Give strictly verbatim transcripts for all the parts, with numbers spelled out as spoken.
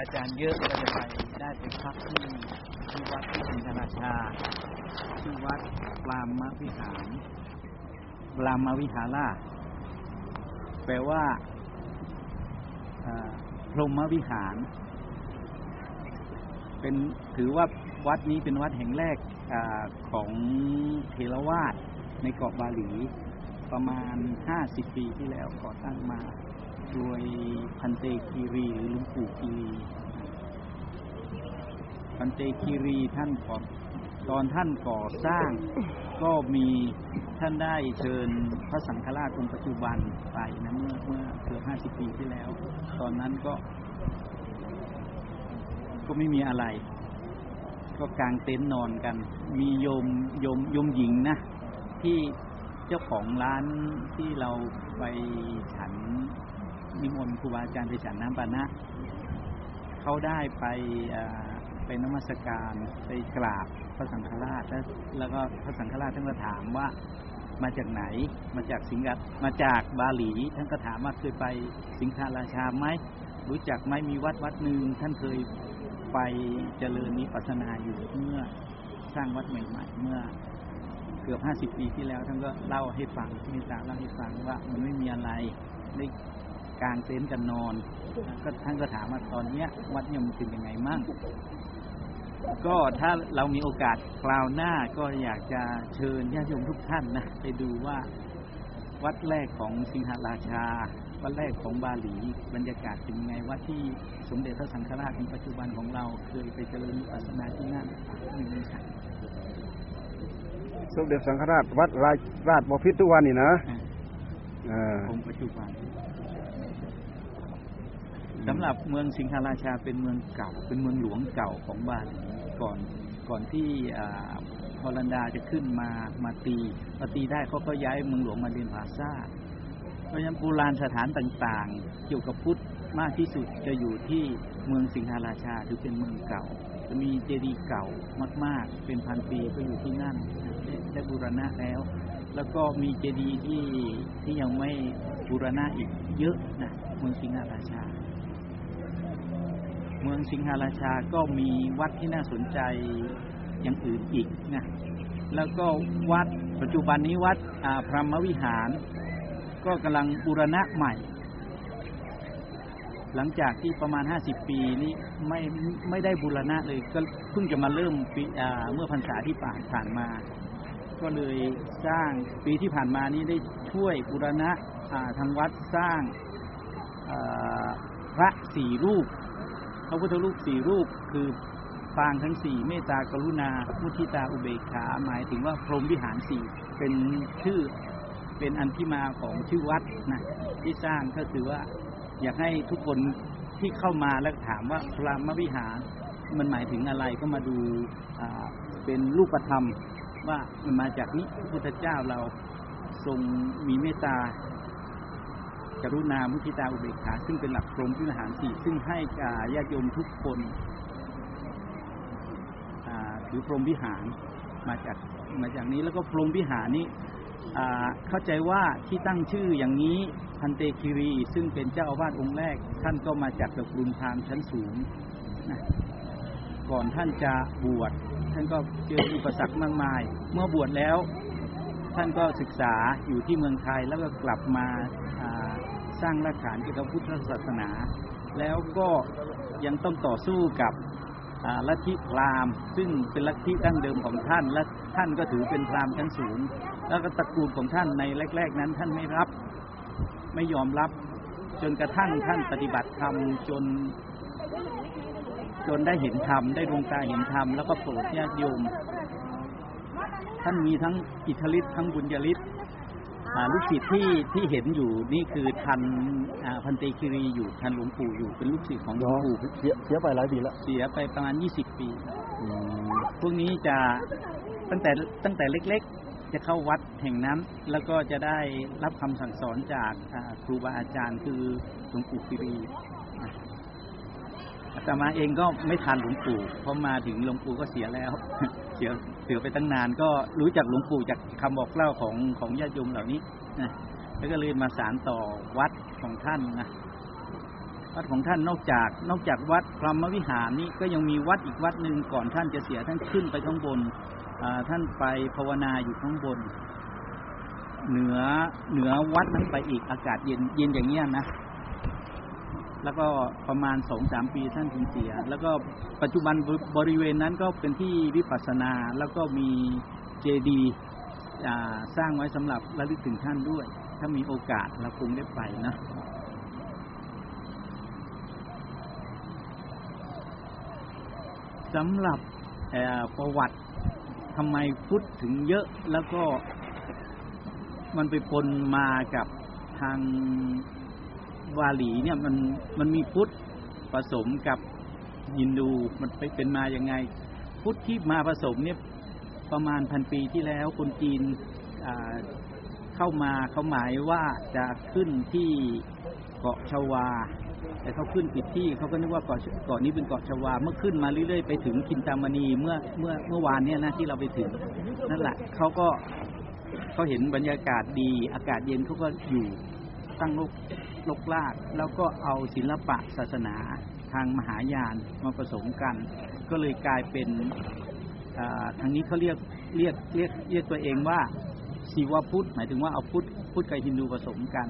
อาจารย์เยอะก็จะไปได้ไปพักที่ที่วัดที่ศรีราชาชื่อวัดปรามวิหารปรามวิหาราแปลว่าพรหมวิหารเป็นถือว่าวัดนี้เป็นวัดแห่งแรกอของเทรวาสในเกาะบาหลีประมาณห้าสิบปีที่แล้วก่อตั้งมาโดยพันเตคีรีหรือหลวงปู่คีรีพันเตคีรีท่านก่อตอนท่านก่อสร้างก็มีท่านได้เชิญพระสังฆราชองค์ปัจจุบันไปนะเมื่อเมื่อเกือบห้าสิบปีที่แล้วตอนนั้นก็ก็ไม่มีอะไรก็กางเต็นท์นอนกันมีโยมโยมโยมหญิงนะที่เจ้าของร้านที่เราไปฉันนิมนต์ครูบาอาจารย์ไปฉันน้ำปานะเขาได้ไปไปนมัสการไปกราบพระสังฆราชแล้วแล้วก็พระสังฆราชท่านก็ถามว่ามาจากไหนมาจากสิงคมาจากบาหลีท่านก็ถามว่าเคยไปสิงคราชาไหมรู้จักไหมมีวัดวัดหนึ่งท่านเคยไปเจริญวิปัสสนาอยู่เมื่อสร้างวัดใหม่ๆเมื่อเกือบห้าสิบปีที่แล้วท่านก็เล่าให้ฟังมีตาเล่าให้ฟังว่ามันไม่มีอะไรได้กางเต็นท์กันนอนก็ท่านก็ถามว่าตอนนี้วัดเนี่ยมันเป็นยังไงมั่งก็ถ้าเรามีโอกาสคราวหน้าก็อยากจะเชิญญาติโยมทุกท่านนะไปดูว่าวัดแรกของสิงหราชาวัดแรกของบาหลีบรรยากาศเป็นยังไงวัดที่สมเด็จพระสังฆราชในปัจจุบันของเราเคยไปเจริญวิปัสสนาที่นั่นนี่ไม่ใช่สมเด็จสังฆราชวัดราชราชบพิตรทุกวันนี่นะองค์ปัจจุบันสำหรับเมืองสิงหราชาเป็นเมืองเก่าเป็นเมืองหลวงเก่าของบาหลีก่อนก่อนที่ฮอลันดาจะขึ้นมามาตีพอตีได้เขาก็ย้ายเมืองหลวงมาเดนพาซาเพราะฉะนั้นโบราณสถานต่างๆเกี่ยวกับพุทธมากที่สุดจะอยู่ที่เมืองสิงหราชาถือเป็นเมืองเก่าจะมีเจดีย์เก่ามากๆเป็นพันปีก็อยู่ที่นั่นได้บูรณะแล้วแล้วก็มีเจดีย์ที่ที่ยังไม่บูรณะอีกเยอะนะเมืองสิงหราชาเมืองสิงหราชาก็มีวัดที่น่าสนใจอย่างอื่นอีกนะแล้วก็วัดปัจจุบันนี้วัดพรหมวิหารก็กำลังบูรณะใหม่หลังจากที่ประมาณห้าสิบปีนี้ไม่ไม่ได้บูรณะเลยก็เพิ่งจะมาเริ่มปีเมื่อพรรษาที่ผ่านผ่านมาก็เลยสร้างปีที่ผ่านมานี้ได้ช่วยบูรณะทางวัดสร้างพระสี่รูปพระพุทธรูปสี่รูปคือปางทั้งสี่เมตตากรุณามุทิตาอุเบกขาหมายถึงว่าพรหมวิหารสี่เป็นชื่อเป็นอันที่มาของชื่อวัดนะที่สร้างก็คือว่าอยากให้ทุกคนที่เข้ามาแล้วถามว่าพรหมวิหารมันหมายถึงอะไรก็มาดูเป็นรูปธรรมว่ามันมาจากนี้พระพุทธเจ้าเราทรงมีเมตตากรุณามุทิตาอุเบกขาซึ่งเป็นหลักพรหมวิหารสี่ซึ่งให้ญาติโยมทุกคนถือพรหมวิหารมาจากมาจากนี้แล้วก็พรหมวิหารนี้เข้าใจว่าที่ตั้งชื่ออย่างนี้พันเตคีรีซึ่งเป็นเจ้าอาวาสองค์แรกท่านก็มาจากตระกูลพราหมณ์ชั้นสูงนะก่อนท่านจะบวชท่านก็เจออุปสรรคมากมายเมื่อบวชแล้วท่านก็ศึกษาอยู่ที่เมืองไทยแล้วก็กลับมาสร้างรากฐานเกี่ยวกับพุทธศาสนาแล้วก็ยังต้องต่อสู้กับลัทธิพราหมณ์ซึ่งเป็นลัทธิดั้งเดิมของท่านและท่านก็ถือเป็นพราหมณ์ชั้นสูงแล้วก็ตระกูลของท่านในแรกๆนั้นท่านไม่รับไม่ยอมรับจนกระทั่งท่านปฏิบัติธรรมจนจนได้เห็นธรรมได้ดวงตาเห็นธรรมแล้วก็โปรดญาติโยมท่านมีทั้งอิทธิฤทธิ์ทั้งบุญญฤทธิ์ลูกศิษย์ที่ที่เห็นอยู่นี่คือทันพันเตคีรีอยู่ทันหลวงปู่อยู่เป็นลูกศิษย์ของหลวงปู่เสียเสียไปหลายปีแล้วเสียไปประมาณยี่สิบปีพวกนี้จะตั้งแต่ตั้งแต่เล็กๆจะเข้าวัดแห่งนั้นแล้วก็จะได้รับคำสั่งสอนจากครูบาอาจารย์คือหลวงปู่คีรีอาตมาเองก็ไม่ทันหลวงปู่เพราะมาถึงหลวงปู่ก็เสียแล้วเสียเสียไปตั้งนานก็รู้จักหลวงปู่จากคำบอกเล่าของของญาติโยมเหล่านี้นะแล้วก็เลยมาสานต่อวัดของท่านนะวัดของท่านนอกจากนอกจากวัดพรหมวิหารนี้ก็ยังมีวัดอีกวัดหนึ่งก่อนท่านจะเสียท่านขึ้นไปข้างบนท่านไปภาวนาอยู่ข้างบนเหนือเหนือวัดนั้นไปอีกอากาศเย็นเย็นอย่างเงี้ยนะแล้วก็ประมาณ สองถึงสาม ปีท่านถึงเสียแล้วก็ปัจจุบันบริเวณนั้นก็เป็นที่วิปัสสนาแล้วก็มีเจดีย์สร้างไว้สำหรับระลึกถึงท่านด้วยถ้ามีโอกาสเราคงได้ไปนะสำหรับประวัติทำไมพุทธถึงเยอะแล้วก็มันไปปนมากับทางวาลีเนี่ยมันมันมีพุทธผสมกับฮินดูมันไปเป็นมาอย่างไงพุทธที่มาผสมเนี่ยประมาณพันปีที่แล้วคนจีนเข้ามาเขาหมายว่าจะขึ้นที่เกาะชวาแต่เขาขึ้นผิดที่เขาก็นึกว่าเกาะเกาะนี้เป็นเกาะชวาเมื่อขึ้นมาเรื่อยๆไปถึงคินตามณีเมื่อเมื่อเมื่อวานเนี่ยนะที่เราไปถึงนั่นแหละเขาก็เขาเห็นบรรยากาศดีอากาศเย็นเขาก็อยู่ตั้งลกลกลากแล้วก็เอาศิลปะศาสนาทางมหายานมาผสมกันก็เลยกลายเป็นทางนี้เขาเรียกเรียกเรียกเรียกตัวเองว่าศิวพุทธหมายถึงว่าเอาพุทธพุทธกับฮินดูผสมกัน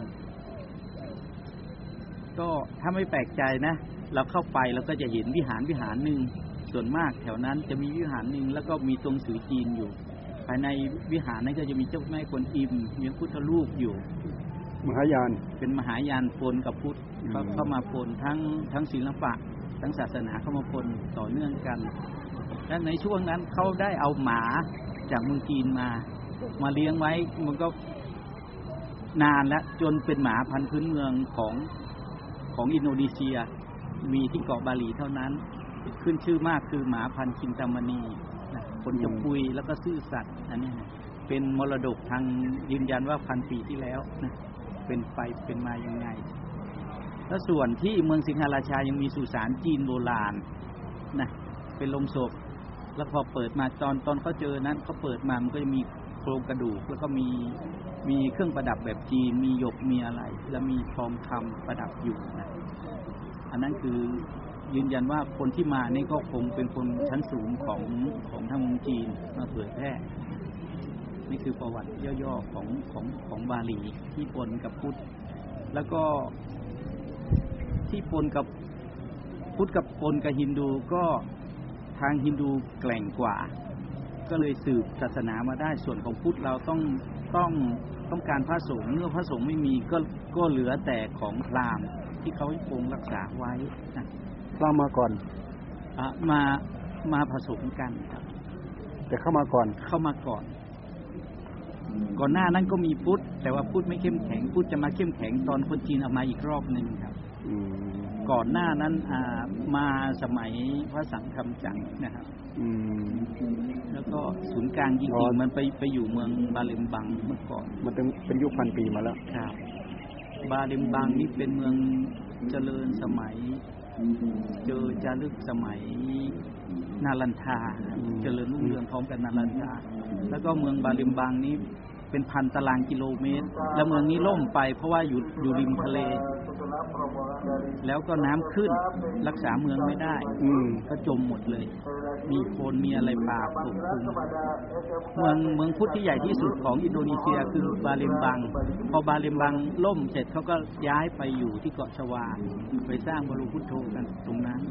ก็ถ้าไม่แปลกใจนะเราเข้าไปเราก็จะเห็นวิหารวิหารหนึ่งส่วนมากแถวนั้นจะมีวิหารหนึ่งแล้วก็มีตัวหนังสือจีนอยู่ภายในวิหารนั้นก็จะมีเจ้าแม่กวนอิมมีพุทธรูปอยู่มหายานเป็นมหายานปนกับพุทธเข้ามาปนทั้งทั้งศิลปะทั้งศาสนาเข้ามาปนต่อเนื่องกันและในช่วงนั้นเขาได้เอาหมาจากเมืองจีนมามาเลี้ยงไว้มันก็นานแล้วจนเป็นหมาพันธุ์พื้นเมืองของของอินโดนีเซียมีที่เกาะบาหลีเท่านั้นขึ้นชื่อมากคือหมาพันธุ์คินตามณีคนจะปุยแล้วก็ซื่อสัตย์อันนี้เป็นมรดกทางยืนยันว่าพันปีที่แล้วนะเป็นไปเป็นมายังไงแล้วส่วนที่เมืองสิงหราชายังมีสุสานจีนโบราณนะเป็นโลงศพแล้วพอเปิดมาตอนตอนเขาเจอนั้นเขาเปิดมามันก็จะมีโครงกระดูกแล้วก็มีมีเครื่องประดับแบบจีนมีหยกมีอะไรแล้วมีทองคำประดับอยู่นะอันนั้นคือยืนยันว่าคนที่มานี่ก็คงเป็นคนชั้นสูงของของทางเมืองจีนมาเผยแพร่นี่คือประวัติย่อๆของของของบาหลีที่ปนกับพุทธแล้วก็ที่ปนกับพุทธกับปนกับฮินดูก็ทางฮินดูแกร่งกว่าก็เลยสืบศาสนามาได้ส่วนของพุทธเราต้องต้องต้องการพระสงฆ์เมื่อพระสงฆ์ไม่มีก็ก็เหลือแต่ของพราหมณ์ที่เขาคงรักษาไว้นะพราหมณ์มาก่อนอ่ะมามาผสมกันครับแต่เข้ามาก่อนเข้ามาก่อนก่อนหน้านั้นก็มีพุทธแต่ว่าพุทธไม่เข้มแข็งพุทธจะมาเข้มแข็งตอนคนจีนเอามาอีกรอบนึงครับก่อนหน้านั้นอ่ามาสมัยพระสังฆัมจักรนะครับแล้วก็ศูนย์กลางจริงๆมันไปไปอยู่เมืองบาเลมบังเมื่อก่อนมันเป็นยุคพันปีมาแล้วครับบาเลมบังนี่เป็นเมืองเจริญสมัยเจอจารึกสมัยนาลันทาเจริญรุ่งเรืองพร้อมกันนาลันทาแล้วก็เมืองบาเลมบังนี้เป็นพันตารางกิโลเมตรแล้วเมืองนี้ล่มไปเพราะว่าอยู่อยู่ริมทะเลแล้วก็น้ำขึ้นรักษาเมืองไม่ได้ก็จมหมดเลยมีโคลนมีอะไรป่าปกคลุมเมืองเมืองพุทธที่ใหญ่ที่สุดของอินโดนีเซียคือบาเลมบังพอบาเลมบังล่มเสร็จเขาก็ย้ายไปอยู่ที่เกาะชวาไปสร้างบรรลุพุทโธกันตรงนั้น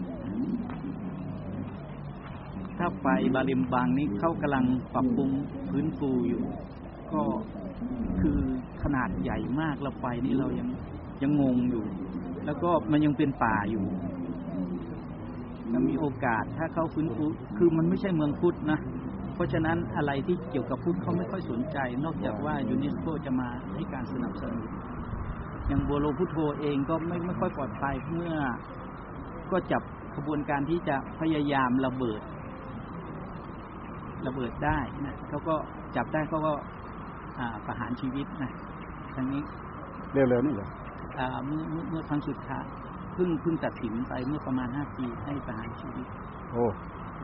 ถ้าไปบาเลมบังนี้เขากำลังปรับปรุงพื้นฟูอยู่ก็คือขนาดใหญ่มากเราไปนี่เรายังยังงงอยู่แล้วก็มันยังเป็นป่าอยู่ถ้ามีโอกาสถ้าเขาฟื้นฟูคือมันไม่ใช่เมืองพุทธนะเพราะฉะนั้นอะไรที่เกี่ยวกับพุทธเขาไม่ค่อยสนใจนอกจากว่ายูเนสโกจะมาให้การสนับสนุนอย่างบัวโลพุทโธเองก็ไม่ไม่ค่อยปลอดภัยเมื่อก็จับขบวนการที่จะพยายามระเบิดระเบิดได้นะเขาก็จับได้เขาก็ประหารชีวิตนะทางนี้เร็วๆนี่เหรอเมื่อเมื่อเมื่อครั้งสุดท้ายเพิ่งเพิ่งตัดสินไปเมื่อประมาณห้าปีให้ประหารชีวิตโอ้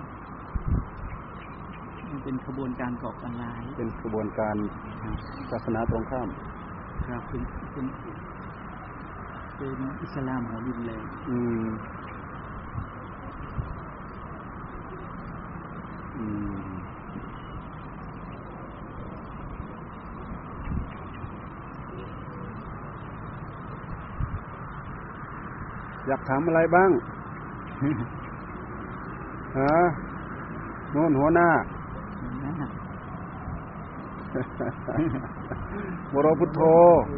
มันเป็นขบวนการก่อการร้ายเป็นขบวนการศาสนาตรงข้ามครับเป็นเป็นเป็นอิสลามหัวรุนแรงอืมอืมอยากถามอะไรบ้าง ฮะโน่นหัวหน้า วโรพุทโธ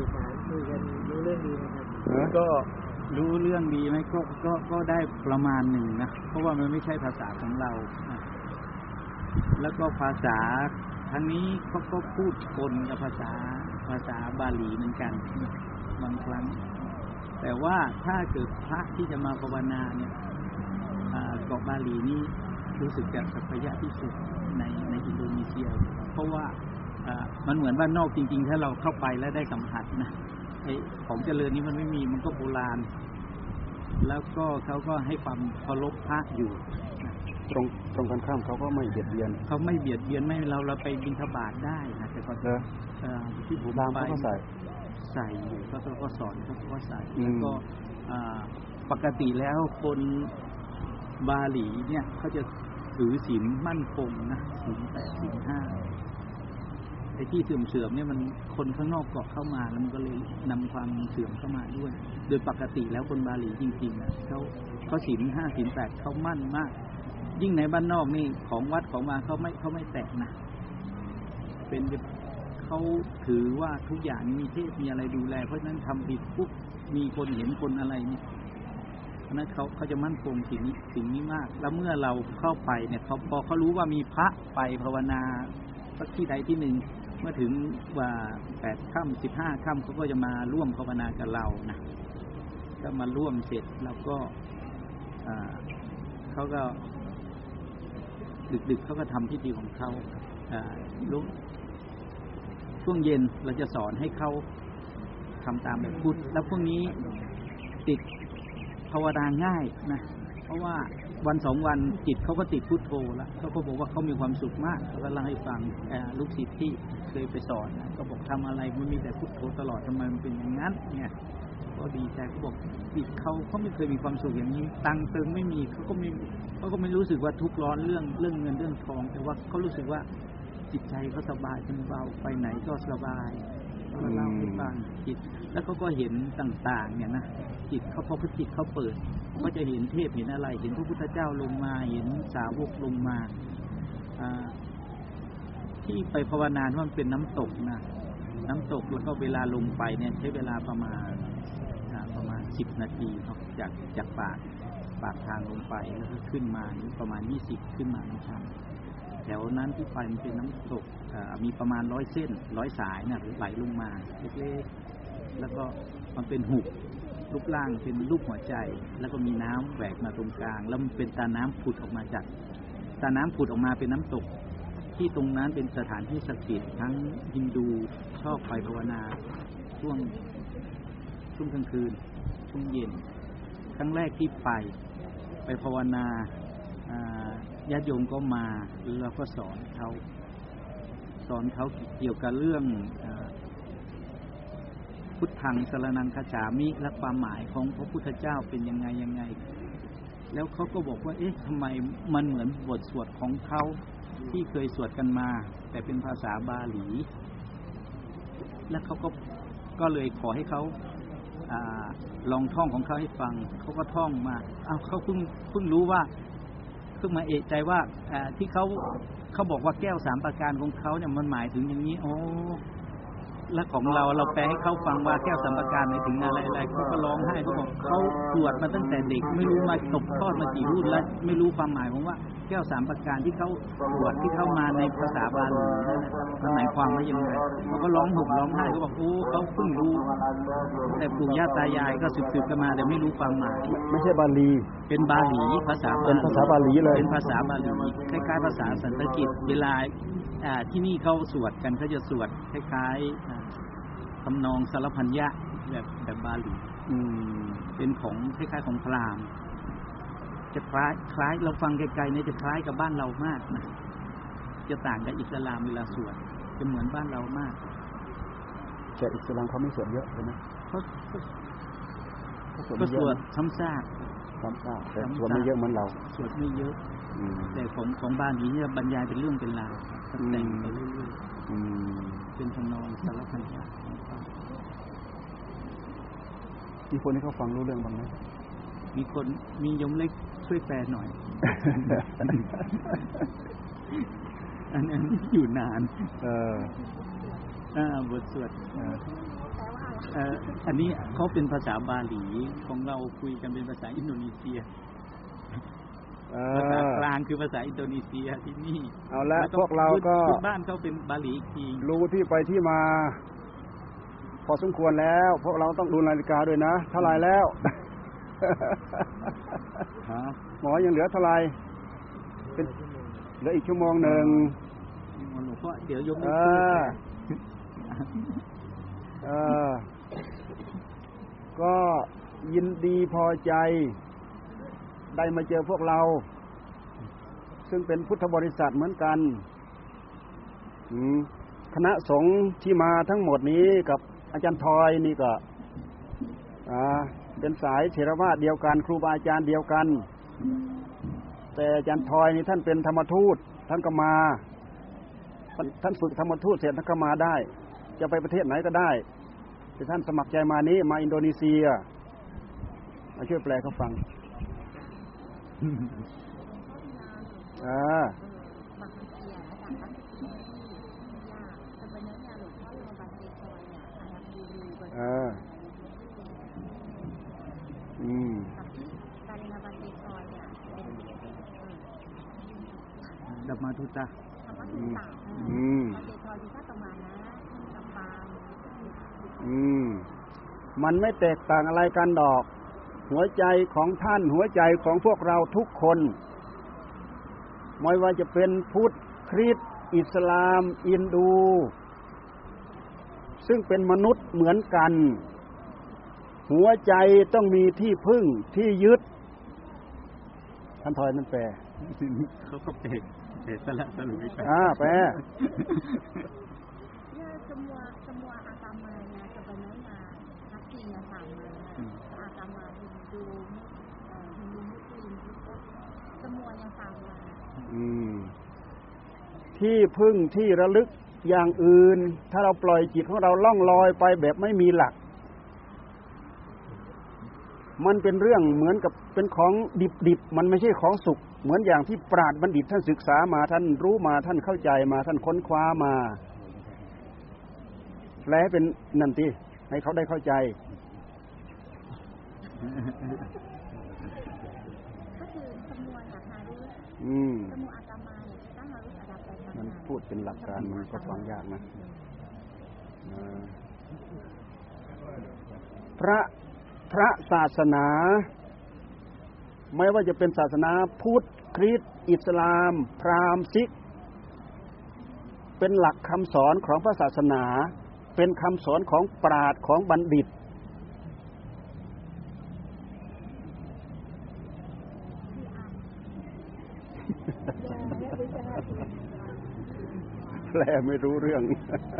ก็รู้เรื่องดีไหมก็ก็ก็ได้ประมาณหนึ่งนะเพราะว่ามันไม่ใช่ภาษาของเราแล้วก็ภาษาทั้งนี้เขาก็พูดปนกับภาษาภาษาบาลีเหมือนกันบางครั้งแต่ว่าถ้าเกิดพระที่จะมาภาวนาเนี่ยเกาะบาลีนี่รู้สึกจะสัพยะที่สุดในในอินโดนีเซียเพราะว่ามันเหมือนบ้านนอกจริงๆถ้าเราเข้าไปแล้วได้สัมผัสนะไอ้ของเจริญนี้มันไม่มีมันก็โบราณแล้วก็เขาก็ให้ความเคารพพระอยู่ตรงตรงกันข้ามเขาก็ไม่เบียดเบียนเขาไม่เบียดเบียนไม่เราเราไปบิณฑบาตได้นะแต่ก็ที่ผมไปเขาใส่ใส่อยู่เขาก็สอนเขาก็ใส่แล้วก็ปกติแล้วคนบาหลีเนี่ยเขาจะถือศีลมั่นคงนะศีลแปดศีลห้าไอ้ที่เสื่อมเสื่อมเนี่ยมันคนข้างนอกเกาะเข้ามาแล้วมันก็เลยนำความเสื่อมเข้ามาด้วยโดยปกติแล้วคนบาหลีจริงๆนะเขาเขาศีลห้าศีลแปดเขามั่นมากยิ่งในบ้านนอกนี่ของวัดของมาเขาไม่เขาไม่แตะนะเป็นเขาถือว่าทุกอย่างมีเทพมีอะไรดูแลเพราะฉะนั้นทำผิดปุ๊บมีคนเห็นคนอะไรเนี่ยนั้นเขาเขาจะมั่นคงสิ่งนี้สิ่งนี้มากแล้วเมื่อเราเข้าไปเนี่ยเขาพอเขารู้ว่ามีพระไปภาวนาสักที่ใดที่หนึ่งเมื่อถึงว่าแปดค่ำสิบห้าค่ำเขาก็จะมาร่วมภาวนากับเรานะก็มาร่วมเสร็จแล้วก็เขาก็ดึกๆเขาก็ทำพิธีของเขาลุกช่วงเย็นเราจะสอนให้เขาทำตามแบบพุทธแล้วพวกนี้ติดภาวนาง่ายนะเพราะว่าวันสองวันจิตเขาก็ติดพุทโธแล้วเขาก็บอกว่าเขามีความสุขมากเขาก็เล่าให้ฟังลูกศิษย์ที่เคยไปสอนนะก็บอกทำอะไรมันมีแต่พุทโธตลอดทำไมมันเป็นอย่างนั้นเนี่ยก็ดีใจเขาบอกจิตเขาเขาไม่เคยมีความสุขอย่างนี้ตังเติมไม่มีเขาก็ไม่เขาก็ไม่รู้สึกว่าทุกข์ร้อนเรื่องเรื่องเงินเรื่องทองแต่ว่าเขารู้สึกว่าจิตใจเขาสบายเป็นเบาไปไหนก็สบายเขาเล่าให้ฟังจิตแล้วเขาก็เห็นต่างๆเนี่ยนะจิตเขาพอพจิตเขาเปิดก็จะเห็นเทพเห็นอะไรเห็นพระพุทธเจ้าลงมาเห็นสาวกลงมาที่ไปภาวนาว่ามันเป็นน้ำตกนะน้ำตกแล้วก็เวลาลงไปเนี่ยใช้เวลาประมาณประมาณสิบนาทีครับจากจากปากปากทางลงไปแล้วก็ขึ้นมาประมาณยี่สิบขึ้นมาในชั้นแถวนั้นที่ไปมันเป็นน้ำตกมีประมาณร้อยเส้นร้อยสายเนี่ยไหลลงมาเล็กๆแล้วก็มันเป็นหุบรูปร่างเป็นรูปหัวใจแล้วก็มีน้ำแหวกมาตรงกลางแล้วมันเป็นตาน้ำผุดออกมาจากตาน้ำผุดออกมาเป็นน้ำตกที่ตรงนั้นเป็นสถานที่ศักดิ์สิทธิ์ทั้งฮินดูชอบไปภาวนาช่วงช่วงกลางคืนช่วงเย็นครั้งแรกที่ไปไปภาวนาญาติโยมก็มาแล้วก็สอนเขาสอนเขาเกี่ยวกับเรื่องพุทธังสรณังคัจฉามิและความหมายของพระพุทธเจ้าเป็นยังไงยังไงแล้วเขาก็บอกว่าเอ๊ะทำไมมันเหมือนบทสวดของเขาที่เคยสวดกันมาแต่เป็นภาษาบาหลีแล้วเขาก็ก็เลยขอให้เขาลองท่องของเขาให้ฟังเขาก็ท่องมาอ้าวเขาเพิ่งเพิ่งรู้ว่าเพิ่งมาเอะใจว่าที่เขาเขาบอกว่าแก้วสามประการของเขาเนี่ยมันหมายถึงอย่างนี้โอ้และของเราเราแปลให้เขาฟังว่าแก้วสามประการหมายถึงอะไรอะไรเขาก็ร้องไห้เขาบอกเขาสวดมาตั้งแต่เด็กไม่รู้มาตกทอดมากี่รุ่นแล้วไม่รู้ความหมายของว่าแก้วสามประการที่เขาสวดที่เข้ามาในภาษาบาลีมันหมายความว่ายังไงเขาก็ร้องห่มร้องไห้เขาบอกโอ้เขาเพิ่งรู้แต่ปู่ย่าตายายก็สืบๆกันมาแต่ไม่รู้ความหมายไม่ใช่บาลีเป็นบาลีภาษาเป็นภาษาบาลีเลยเป็นภาษาบาลีคล้ายๆภาษาสันสกฤตเวลาที่นี่เขาสวดกันเขาจะสวดคล้ายๆทำนองสารพันยะแบบแบบบาลีเป็นของคล้ายๆของพราหมณ์จะคล้ายคล้ายเราฟังไกลๆเนี่ยจะคล้ายกับบ้านเรามากนะจะต่างกับอิสลามเวลาสวดจะเหมือนบ้านเรามากแต่อิสลามเขาไม่สวดเยอะใช่ไหมเขาก็สวดซ้ำซากซ้ำซากแต่สวดไม่เยอะเหมือนเราสวดไม่เยอะแต่ของของบาลีเนี่ยบรรยายเป็นเรื่องเป็นราวแต่งไปเรื่อยๆเป็นทำนองสารพันอย่างมีคนที่เขาฟังรู้เรื่องบ้างไหมมีคนมียมเล็กช่วยแปลหน่อย อันนั้นอยู่นานเอออ่าบทสวดเอ่ออันนี้เขาเป็นภาษาบาลีของเราคุยกันเป็นภาษาอินโดนีเซียภาษากลางคือภาษาอินโดนีเซียที่นี่เอาละพวกเราก็บ้านเขาเป็นบาลีอีกทีรู้ที่ไปที่มาพอสมควรแล้วพวกเราต้องดูนาฬิกาด้วยนะเท่าไหร่แล้วหมอยังเหลือเท่าไหร่เป็นเหลืออีกชั่วโมงหนึ่งหลวงพ่อเดี๋ยวยกมือเออก็ยินดีพอใจได้มาเจอพวกเราซึ่งเป็นพุทธบริษัทเหมือนกันคณะสงฆ์ที่มาทั้งหมดนี้กับอาจารย์ทอยนี่ก็เป็นสายเถรวาทเดียวกันครูบาอาจารย์เดียวกันแต่อาจารย์ทอยนี่ท่านเป็นธรรมทูตท่านก็มาท่านฝึกธรรมทูตเสร็จท่านก็มาได้จะไปประเทศไหนก็ได้แต่ท่านสมัครใจมานี้มาอินโดนีเซียมาช่วยแปลเขาฟังอ่าเอออืมดับมาทุตาอืมอืมมันไม่แตกต่างอะไรกันดอกหัวใจของท่านหัวใจของพวกเราทุกคนไม่ว่าจะเป็นพุทธคริสต์อิสลามอินดูซึ่งเป็นมนุษย์เหมือนกันหัวใจต้องมีที่พึ่งที่ยึดท่านทอยนั่นแปลเขาก็แปลแปลสละสลุยไปอ่าแปล semua semua agamanya sebenarnya hatinya sama agama Hindu Hindu Muslim semuanya sama อืมที่พึ่งที่ระลึกอย่างอื่นถ้าเราปล่อยจิตของเราล่องลอยไปแบบไม่มีหลักมันเป็นเรื่องเหมือนกับเป็นของดิบๆมันไม่ใช่ของสุกเหมือนอย่างที่ปราชญ์บัณฑิตท่านศึกษามาท่านรู้มาท่านเข้าใจมาท่านค้นคว้ามาแปลให้เป็นนั่นติให้เขาได้เข้าใจก็คือ semua harus อืม semua agama kita harus ada มันพูดเป็นหลักการมันก็ฟังยากนะพระพระศาสนาไม่ว่าจะเป็นศาสนาพุทธคริสต์อิสลามพราหมณ์ซิกเป็นหลักคำสอนของพระศาสนาเป็นคำสอนของปราชญ์ของบัณฑิตแปลไม่รู้เรื่อง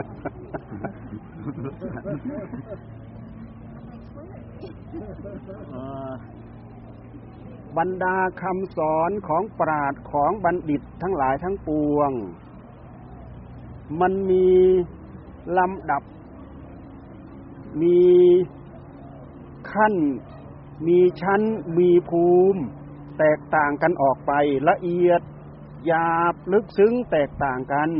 บรรดาคำสอนของปราชญ์ของบัณฑิตทั้งหลายทั้งปวงมันมีลำดับมีขั้นมีชั้นมีภูมิแตกต่างกันออกไปละเอียดหยาบลึกซึ้งแตกต่างกัน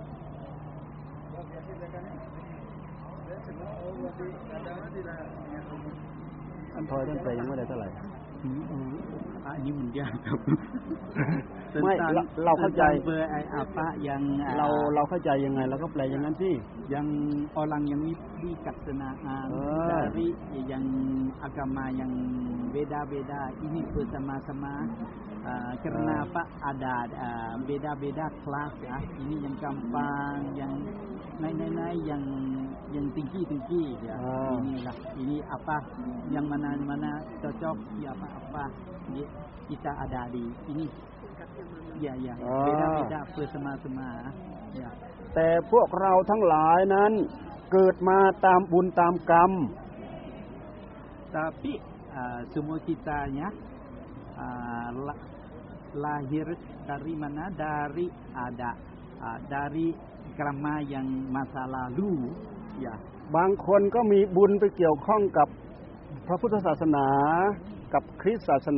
อันทอยท่านไปยังไม่ได้เท่าไหร่อันนี้มันยากครับไม่เราเข้าใจเบอร์ไออาปะยังเราเราเข้าใจยังไงเราก็แปลอย่างนั้นสิยังorang yang wibikatsanaan dari yang agama yang beda-beda ini bersama-sama karena apa ada beda-beda kelas ya ini yang gampang yang naik-naik yang yang tinggi-tinggi ya inilah ini apa yang mana-mana cocok ya apa-apa kita ada di ini ya ya beda-beda bersama-sama ya แต่พวกเราทั้งหลายนั้นเกิดมาตามบุญตามกรรม tapi uh, semua kitanya uh, lahir dari mana? Dari ada uh, dari karma yang masa lalu ya บางคนก็มีบุญไปเกี่ยวข้องกับพระพุทธศาสนากับคริสต์ศาสนา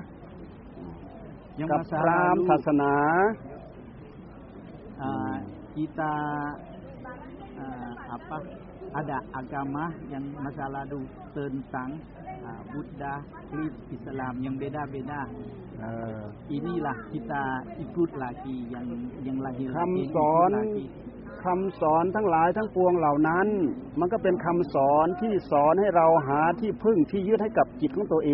yang กับ masa พราหมณ์ lalu ศาสนา uh, kita uh, apa ada agama yang masa lalu tentang uh, Buddha, Kris, Islam yang beda-beda. Uh, inilah kita ikut lagi yang yang lahir คำสอนคำสอนทั้งหลายทั้งปวงเหล่านั้นมันก็เป็นคำสอนที่สอนให้เราหาที่พึ่งที่ยึดให้กับจิตของตัวเอง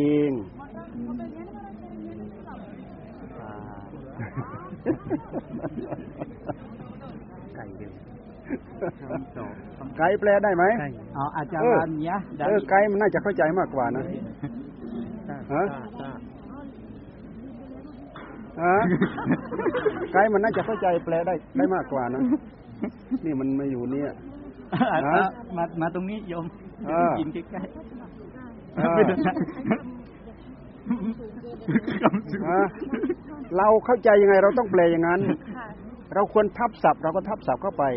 ไก่เดียวไก่แปลได้ไหมอ๋ออาจารย์เนี่ยเออไก่มันน่าจะเข้าใจมากกว่านะฮะฮะไก่มันน่าจะเข้าใจแปลได้ได้มากกว่านะนี่มันมาอยู่เนี่ยมามาตรงนี้โยมกินใกล้ๆเราเข้าใจยังไงเราต้องแปลอย่างนั้นเราควรทับศัพท์เราก็ทับศัพท์เข้าไป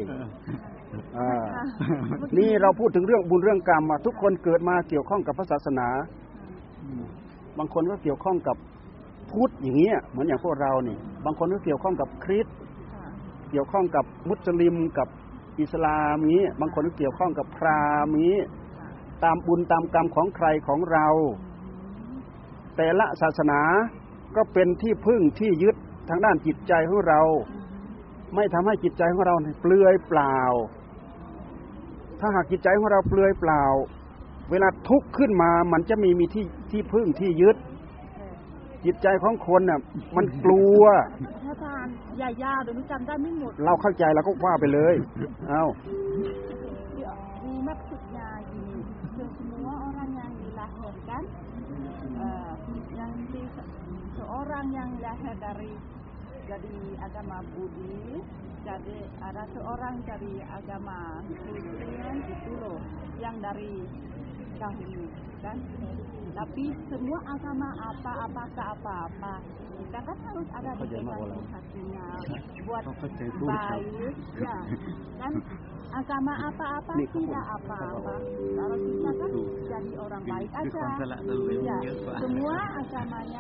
นี่เราพูดถึงเรื่องบุญเรื่องกรรมทุกคนเกิดมาเกี่ยวข้องกับพระศาสนาบางคนก็เกี่ยวข้องกับพุทธอย่างเงี้ยเหมือนอย่างพวกเรานี่บางคนก็เกี่ยวข้องกับคริสต์เกี่ยวข้องกับมุสลิมกับอิสลามนี้บางคนก็เกี่ยวข้องกับพราหมณ์นี้ตามบุญตามกรรมของใครของเราแต่ละศาสนาก็เป็นที่พึ่งที่ยึดทางด้านจิตใจของเราไม่ทำให้จิตใจของเราเปลือยเปล่าถ้าหากจิตใจของเราเปลือยเปล่าเวลาทุกข์ขึ้นมามันจะมีมีที่ที่พึ่งที่ยึดจิตใจของคนน่ะมันกลัวอาจารย์ยาวๆเดี๋ยวนี้จำได้ไม่หมดเราเข้าใจเราก็ว่าไปเลยเอ้า di maksudnya gini semua orang yang dilahirkan uh, yang di, seorang yang lahir dari dari agama Buddhis jadi ada seorang dari agama Kristen gitu loh yang dari dahulu kan tapi semua agama apa-apa ke apa-apa kita kan harus ada dipegang hatinya buat baik ya kan agama apa-apa tidak apa-apa kalau kita kan jadi orang baik aja ya semua agamanya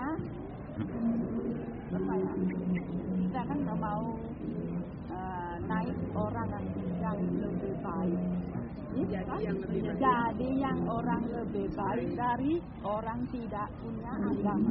apa ya kita kan nggak mau uh, naik orang yang lebih baik jadi yang, jadi yang orang lebih baik dari orang tidak punya agama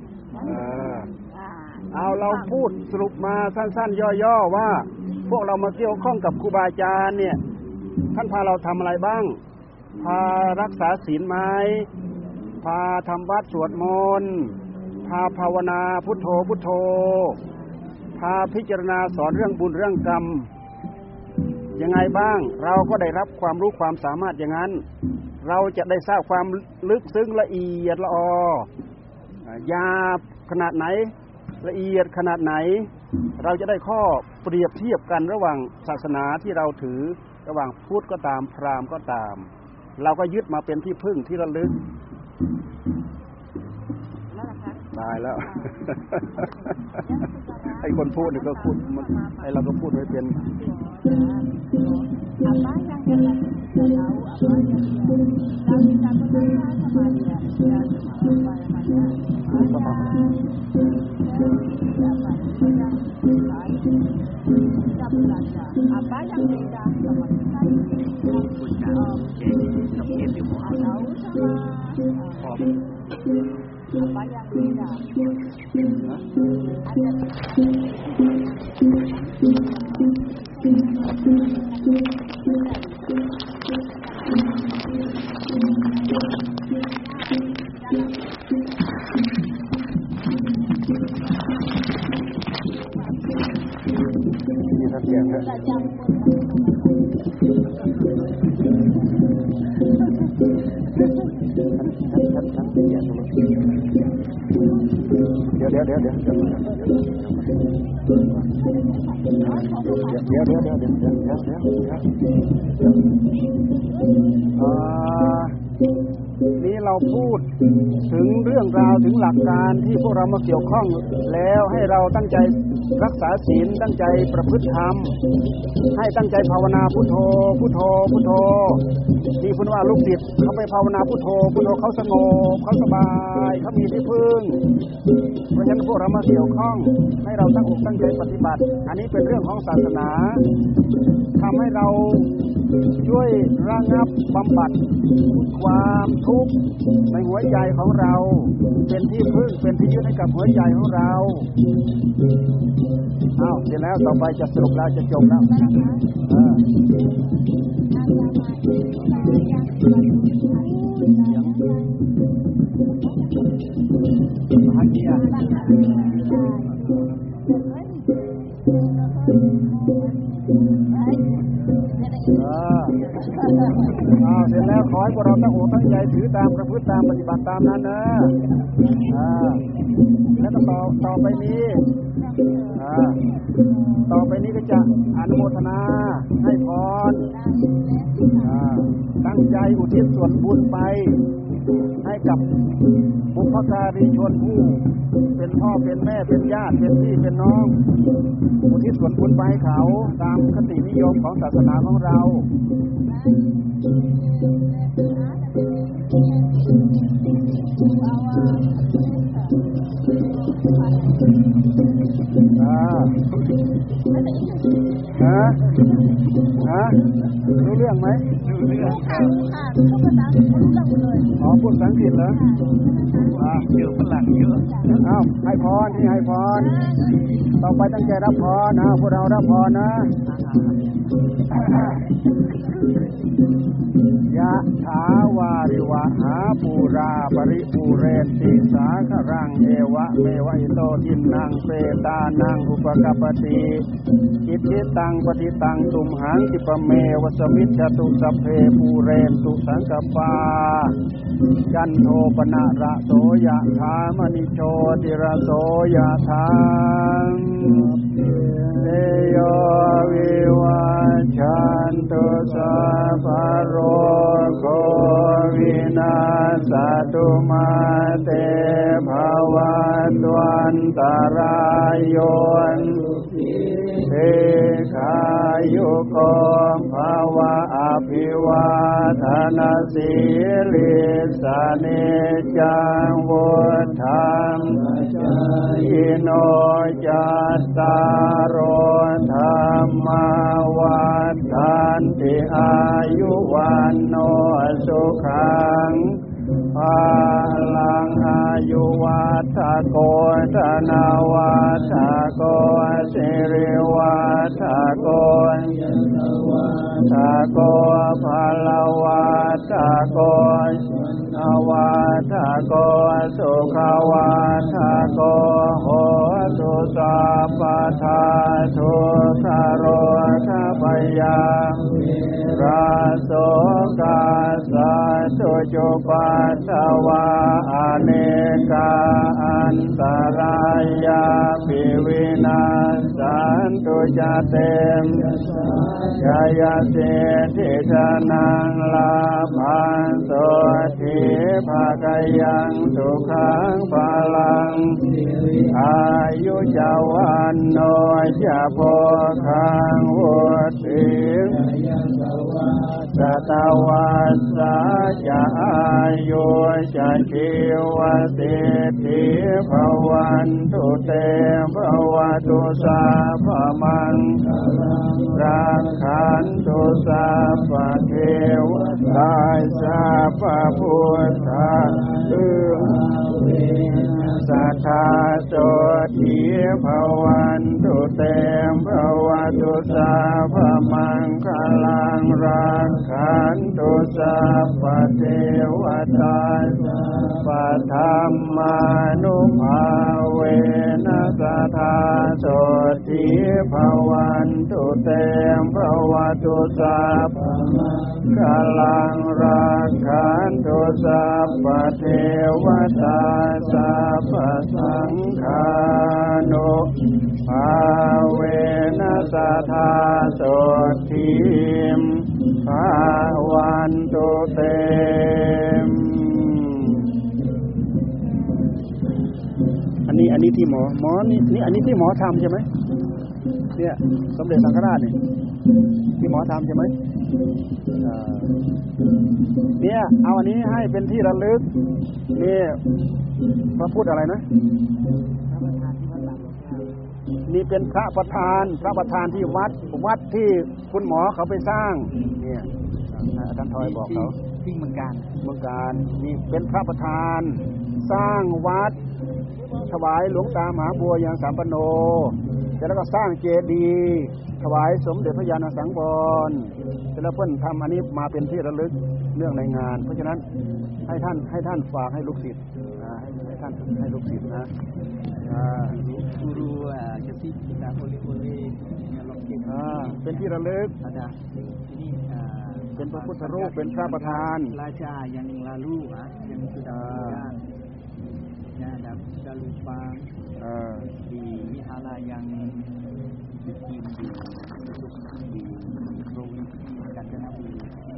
เอาเราพูดสรุปมาสั้นๆย่อๆว่าพวกเรามาเกี่ยวข้องกับครูบาอาจารย์เนี่ยท่านพาเราทำอะไรบ้างพารักษาศีลไหมพาทำวัดสวดมนต์พาภาวนาพุทโธพุทโธพาพิจารณาสอนเรื่องบุญเรื่องกรรมยังไงบ้างเราก็ได้รับความรู้ความสามารถอย่างนั้นเราจะได้ทราบความลึกซึ้งละเอียดละออยาบขนาดไหนละเอียดขนาดไหนเราจะได้ข้อเปรียบเทียบกันระหว่างศาสนาที่เราถือระหว่างพุทธก็ตามพราหมณ์ก็ตามเราก็ยึดมาเป็นที่พึ่งที่ระลึกตายแล้วไอ้คนพูดนี่ก็พูดไอ้เราก็พูดไม่เป็น apa yang beda sama kita tahu sama apa yang beda นี่ครับเสียงครับเดี๋ยวเดี๋ยวเดี๋ยวเดี๋ยวเดี๋ยวเดี๋ยวเดี๋ยวเดี๋ยวเดี๋ยวเดี๋ยวเดี๋ยวนี่เราพูดถึงเรื่องราวถึงหลักการที่พวกเรามาเกี่ยวข้องแล้วให้เราตั้งใจรักษาศีลตั้งใจประพฤติธรรมให้ตั้งใจภาวนาพุทโธพุทโธพุทโธที่คุณว่าลูกศิษย์เขาไปภาวนาพุทโธพุทโธเขาสงบเขาสบายเขามีที่พึ่งเพราะฉะนั้นพวกเรามาเกี่ยวข้องให้เราตั้งอกตั้งใจปฏิบัติอันนี้เป็นเรื่องของศาสนาทำให้เราช่วยระงับบำบัดความทุกข์ในหัวใจของเราเป็นที่พึ่งเป็นที่ยึดให้กับหัวใจของเราอ้าวเสร็จแล้วต่อไปจะสรุปแล้วจะจบแล้วbahagia อ้าวเสร็จแล้วขอให้พวกเราตั้งอกตั้งใจถือตามประพฤติตามปฏิบัติตามนั้นนะอ่าแล้วก็ต่อต่อไปนี้อ่าต่อไปนี้ก็จะอนุโมทนาให้พรอ่าตั้งใจอุทิศส่วนบุญไปให้กับบุพการีชนผู้เป็นพ่อเป็นแม่เป็นญาติเป็นพี่เป็นน้องอุทิศส่วนบุญไปให้เขาตามคตินิยมของศาสนาของเราฮะฮะรู้เรื่องไหมรู้เรื่องค่ะค่ะพูดภาษาอังกฤษรู้เรื่องเลยอ๋อพูดภาษาอังกฤษเหรออ่าเยอะฝรั่งเยอะอ้าวให้พรที่ให้พรต่อไปตั้งใจรับพรนะพวกเรารับพรนะยะถาวาริวหาปูราปริปูเรนติสาครังเอวะเมวะอิโตทินังเปตานังอุปกัปปติอิทิตังปฏิตังตุมหังจิปเมวสมิจจตุสัพเพปูเรนตุสังกปาจันโทปนะระโสยะถามณิโชติระโสยะถาเตโยวิวัชชันตุสัพพะโรโควินาศตุมาเตภวัตวันตรายโยเทคายุโกภวะอภิวาทนาสีลิสานิจังวุธังอิโนจัตตารโอธรรมวัฏันติอายุวันโนสุขังภาลังอายุวัฏโกธนาวัฏโกสิริวัฏโกทาโกภาลวัฏโกนวัฏโกสุขวัฏโกโหตุสัพพทาทุกขโรคพยาราโสกาสัตุจุปัสสวะอเนกาอันตรายาภิวินาสันตุจเตมยายาเสทิธนังลาภันโสทิภาคยังสุขังภาลังอายุจาวันโนจะโพคังวุติสตวัสสะจะอายุจะชีวสิทธิภวันตุเตภวตุสัพพมังรักขันตุสัพพเทวตาสัพพพุทธาสัทธาโสทิภวันตุเตภวตุสัพพมังคลังรักขันตุสัพพเทวตาสัพพธรรมานุภาเวนะสัทธาโสทิภวันตุเตภวตุสัพพมังคลังรักขันตุสัพพเทวตาสัพพสังฆานุภาเวนะสัทธาโสทิภวันตุเตนี้อันนี้ที่หมอหมอนี่นี่อันนี้ที่หมอทำใช่ไหมเนี่ยสมเด็จสังฆราชเนี่ยที่หมอทำใช่ไหมเนี่ยเอาอันนี้ให้เป็นที่ระลึกนี่พระพูดอะไรนะนี่เป็นพระประธานพระประธานที่วัดวัดที่คุณหมอเขาไปสร้างเนี่ยอาจารย์ทอยบอกเขาที่เมืองการเมืองการนี่เป็นพระประธานสร้างวัดถวายหลวงตามหาบัวยังสามปโนแล้วก็สร้างเจดีย์ถวายสมเด็จพระญาณสังวรแล้วเพิ่นทำอันนี้มาเป็นที่ระลึกเรื่องในงานเพราะฉะนั้นให้ท่านให้ท่านฝากให้ลูกศิษย์ให้ท่านให้ลูกศิษย์นะกูรูอ่ะจะที่จะโอลิโอลีเนี่ยลองคิดอ่าเป็นที่ระลึก ada ini เป็นพระพุทธรูปเป็นพระประธาน raja yang lalu ah yang sudah meninggal ya ada sudah lupa